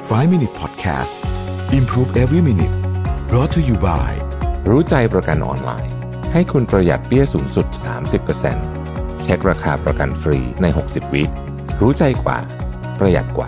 5 Minute Podcast Improve Every Minute brought to you by รู้ใจประกันออนไลน์ให้คุณประหยัดเบี้ยสูงสุด 30% เช็คราคาประกันฟรีใน60วิรู้ใจกว่าประหยัดกว่า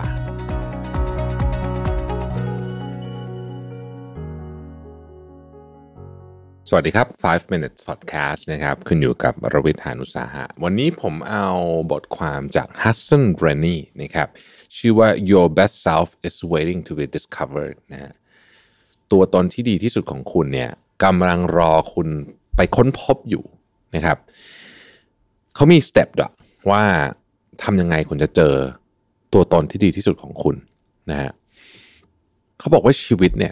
สวัสดีครับ5 Minutes Podcast นะครับคุณอยู่กับรวิทย์ หาญอุตสาหะวันนี้ผมเอาบทความจาก Hudson Rennie นะครับชื่อว่า Your Best Self is Waiting to be Discovered นะฮะตัวตนที่ดีที่สุดของคุณเนี่ยกำลังรอคุณไปค้นพบอยู่นะครับเขามีสเต็ปด้วยว่าทำยังไงคุณจะเจอตัวตนที่ดีที่สุดของคุณนะฮะเขาบอกว่าชีวิตเนี่ย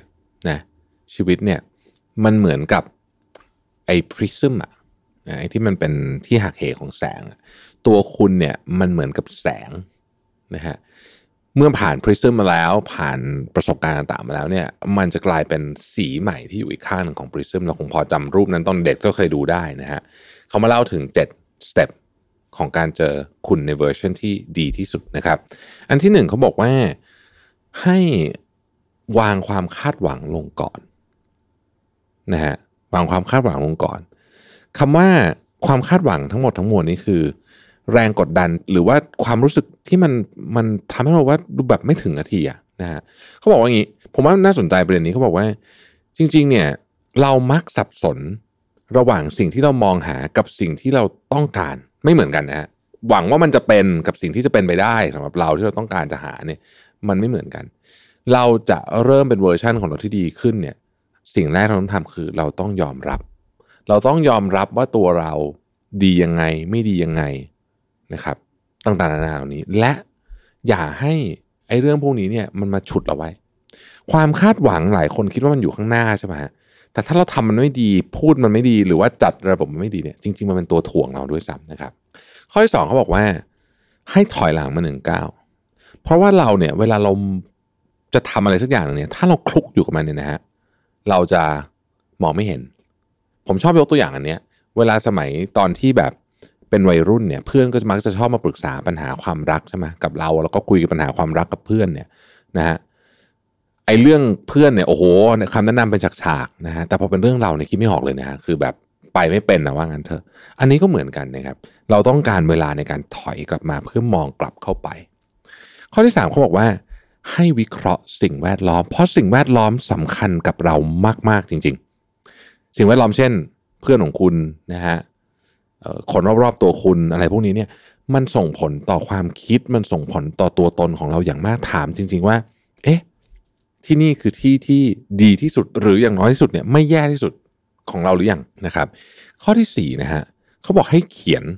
มันเหมือนกับไอ้พริซึมอะไอ้ที่มันเป็นที่หักเหของแสงตัวคุณเนี่ยมันเหมือนกับแสงนะฮะเมื่อผ่านพริซึมมาแล้วผ่านประสบการณ์ต่างๆมาแล้วเนี่ยมันจะกลายเป็นสีใหม่ที่อยู่อีกข้างหนึ่งของพริซึมเราคงพอจำรูปนั้นตอนเด็กก็เคยดูได้นะฮะเขามาเล่าถึง7 สเต็ปของการเจอคุณในเวอร์ชันที่ดีที่สุดนะครับอันที่1เขาบอกว่าให้วางความคาดหวังลงก่อนนะฮะวางความคาดหวังลงก่อนคำว่าความคาดหวังทั้งหมดทั้งมวลนี้คือแรงกดดันหรือว่าความรู้สึกที่มันทำให้เราว่าดูแบบไม่ถึงนาทีอะนะฮะเขาบอกว่าอย่างนี้ผมว่าน่าสนใจประเด็นนี้เขาบอกว่าจริงๆเนี่ยเรามักสับสนระหว่างสิ่งที่เรามองหากับสิ่งที่เราต้องการไม่เหมือนกันนะฮะหวังว่ามันจะเป็นกับสิ่งที่จะเป็นไปได้สำหรับเราที่เราต้องการจะหาเนี่ยมันไม่เหมือนกันเราจะเริ่มเป็นเวอร์ชันของเราที่ดีขึ้นเนี่ยสิ่งแรกที่เราต้องทำคือเราต้องยอมรับว่าตัวเราดียังไงไม่ดียังไงนะครับต่างๆนานาเหล่านี้และอย่าให้ไอ้เรื่องพวกนี้เนี่ยมันมาฉุดเราไว้ความคาดหวังหลายคนคิดว่ามันอยู่ข้างหน้าใช่ไหมฮะแต่ถ้าเราทำมันไม่ดีพูดมันไม่ดีหรือว่าจัดระบบมันไม่ดีเนี่ยจริงๆมันเป็นตัวถ่วงเราด้วยซ้ำนะครับข้อที่2เขาบอกว่าให้ถอยหลังมา1 ก้าวเพราะว่าเราเนี่ยเวลาเราจะทำอะไรสักอย่างนึงเนี่ยถ้าเราคลุกอยู่กับมันเนี่ยนะฮะเราจะมองไม่เห็นผมชอบยกตัวอย่างอันเนี้ยเวลาสมัยตอนที่แบบเป็นวัยรุ่นเนี่ยเพื่อนก็มักจะชอบมาปรึกษาปัญหาความรักใช่ไหมกับเราแล้วก็คุยกับปัญหาความรักกับเพื่อนเนี่ยนะฮะไอ้เรื่องเพื่อนเนี่ยโอ้โหคำแนะนำเป็นฉากๆนะฮะแต่พอเป็นเรื่องเราเนี่ยคิดไม่ออกเลยนะฮะคือแบบไปไม่เป็นนะว่างั้นเถอะอันนี้ก็เหมือนกันนะครับเราต้องการเวลาในการถอยกลับมาเพื่อมองกลับเข้าไปข้อที่3เขาบอกว่าให้วิเคราะห์สิ่งแวดล้อมเพราะสิ่งแวดล้อมสำคัญกับเรามากๆจริงๆสิ่งแวดล้อมเช่นเพื่อนของคุณนะฮะคนรอบๆตัวคุณอะไรพวกนี้เนี่ยมันส่งผลต่อความคิดมันส่งผลต่อตัวตนของเราอย่างมากถามจริงๆว่าเอ๊ะที่นี่คือที่ที่ดีที่สุดหรืออย่างน้อยที่สุดเนี่ยไม่แย่ที่สุดของเราหรือยังนะครับข้อที่4นะฮะเขาบอกให้เขียน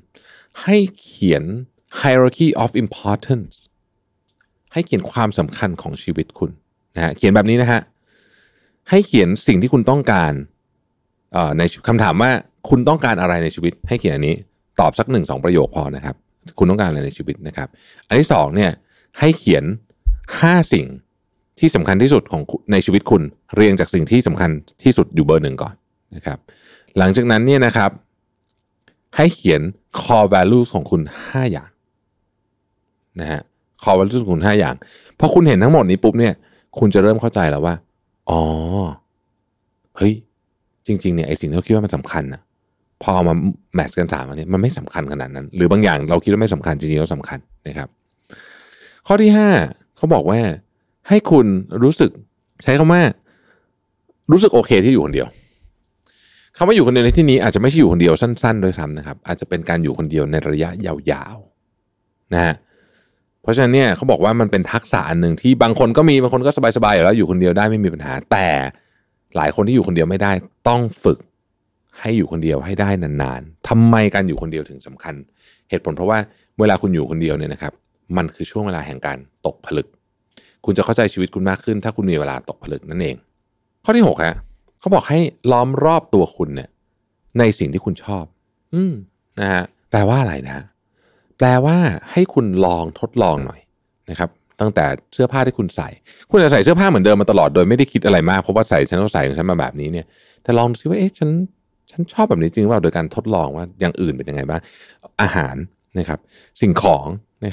hierarchy of importanceให้เขียนความสำคัญของชีวิตคุณนะฮะเขียนแบบนี้นะฮะให้เขียนสิ่งที่คุณต้องการในคำถามว่าคุณต้องการอะไรในชีวิตให้เขียนอันนี้ตอบสัก 1-2 ประโยคพอนะครับคุณต้องการอะไรในชีวิตนะครับอันที่2เนี่ยให้เขียน5สิ่งที่สำคัญที่สุดของในชีวิตคุณเรียงจากสิ่งที่สำคัญที่สุดอยู่เบอร์ 1ก่อนนะครับหลังจากนั้นเนี่ยนะครับให้เขียน core values ของคุณ5อย่างนะฮะcore values ของคุณ5อย่างพอคุณเห็นทั้งหมดนี้ปุ๊บเนี่ยคุณจะเริ่มเข้าใจแล้วว่าอ๋อเฮ้ยจริงๆเนี่ยไอ้สิ่งที่เราคิดว่ามันสำคัญนะพอเอามาแมทช์กัน3อันนี้มันไม่สำคัญขนาดนั้นหรือบางอย่างเราคิดว่าไม่สำคัญจริงๆแล้วสำคัญนะครับข้อที่5เขาบอกว่าให้คุณรู้สึกใช้คำว่ารู้สึกโอเคที่อยู่คนเดียวคำว่าอยู่คนเดียวในที่นี้อาจจะไม่ใช่อยู่คนเดียวสั้นๆด้วยซ้ำนะครับอาจจะเป็นการอยู่คนเดียวในระยะยาวๆนะฮะเพราะฉะนั้นเนี่ยเขาบอกว่ามันเป็นทักษะอันหนึ่งที่บางคนก็มีบางคนก็สบายๆอยู่แล้วอยู่คนเดียวได้ไม่มีปัญหาแต่หลายคนที่อยู่คนเดียวไม่ได้ต้องฝึกให้อยู่คนเดียวให้ได้นานๆทำไมการอยู่คนเดียวถึงสำคัญเหตุผลเพราะว่าเวลาคุณอยู่คนเดียวเนี่ยนะครับมันคือช่วงเวลาแห่งการตกผลึกคุณจะเข้าใจชีวิตคุณมากขึ้นถ้าคุณมีเวลาตกผลึกนั่นเองข้อที่6ฮะเขาบอกให้ล้อมรอบตัวคุณเนี่ยในสิ่งที่คุณชอบนะฮะแปลว่าอะไรนะแปลว่าให้คุณลองทดลองหน่อยนะครับตั้งแต่เสื้อผ้าที่คุณใส่คุณจะใส่เสื้อผ้าเหมือนเดิมมาตลอดโดยไม่ได้คิดอะไรมากเพราะว่าฉันต้องใส่ของฉันมาแบบนี้เนี่ยแต่ลองดูซิว่าฉันชอบแบบนี้จริงหรือเปล่าโดยการทดลองว่าอย่างอื่นเป็นยังไงบ้างอาหารนะครับสิ่งของนะครับ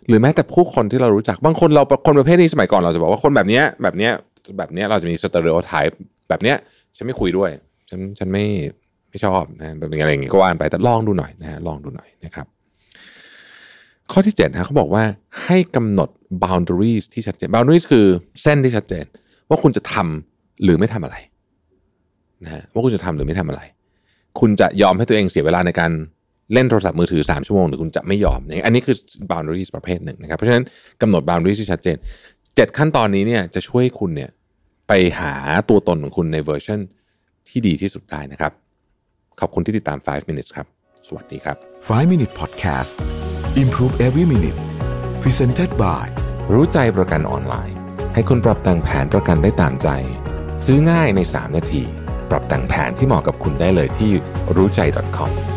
หรือแม้แต่ผู้คนที่เรารู้จักบางคนเราคนประเภทนี้สมัยก่อนเราจะบอกว่าคนแบบเนี้ยเราจะมีสเตอริโอไทป์แบบเนี้ยฉันไม่คุยด้วยฉันไม่ชอบนะแบบอะไรอย่างงี้ก็ว่านไปแต่ลองดูหน่อยนะฮะลองดูหน่อยนะครับข้อที่7นะเขาบอกว่าให้กำหนด boundaries ที่ชัดเจน boundaries คือเส้นที่ชัดเจนว่าคุณจะทำหรือไม่ทำอะไรนะฮะว่าคุณจะทำหรือไม่ทำอะไรคุณจะยอมให้ตัวเองเสียเวลาในการเล่นโทรศัพท์มือถือ3ชั่วโมงหรือคุณจะไม่ยอมอันนี้คือ boundaries ประเภทหนึ่งนะครับเพราะฉะนั้นกำหนด boundaries ที่ชัดเจน7ขั้นตอนนี้เนี่ยจะช่วยคุณเนี่ยไปหาตัวตนของคุณในเวอร์ชันที่ดีที่สุดได้นะครับขอบคุณที่ติดตาม5 minutes ครับสวัสดีครับ 5 Minute Podcast Improve Every Minute Presented by รู้ใจประกันออนไลน์ให้คุณปรับแต่งแผนประกันได้ตามใจซื้อง่ายใน3 นาทีปรับแต่งแผนที่เหมาะกับคุณได้เลยที่รู้ใจ .com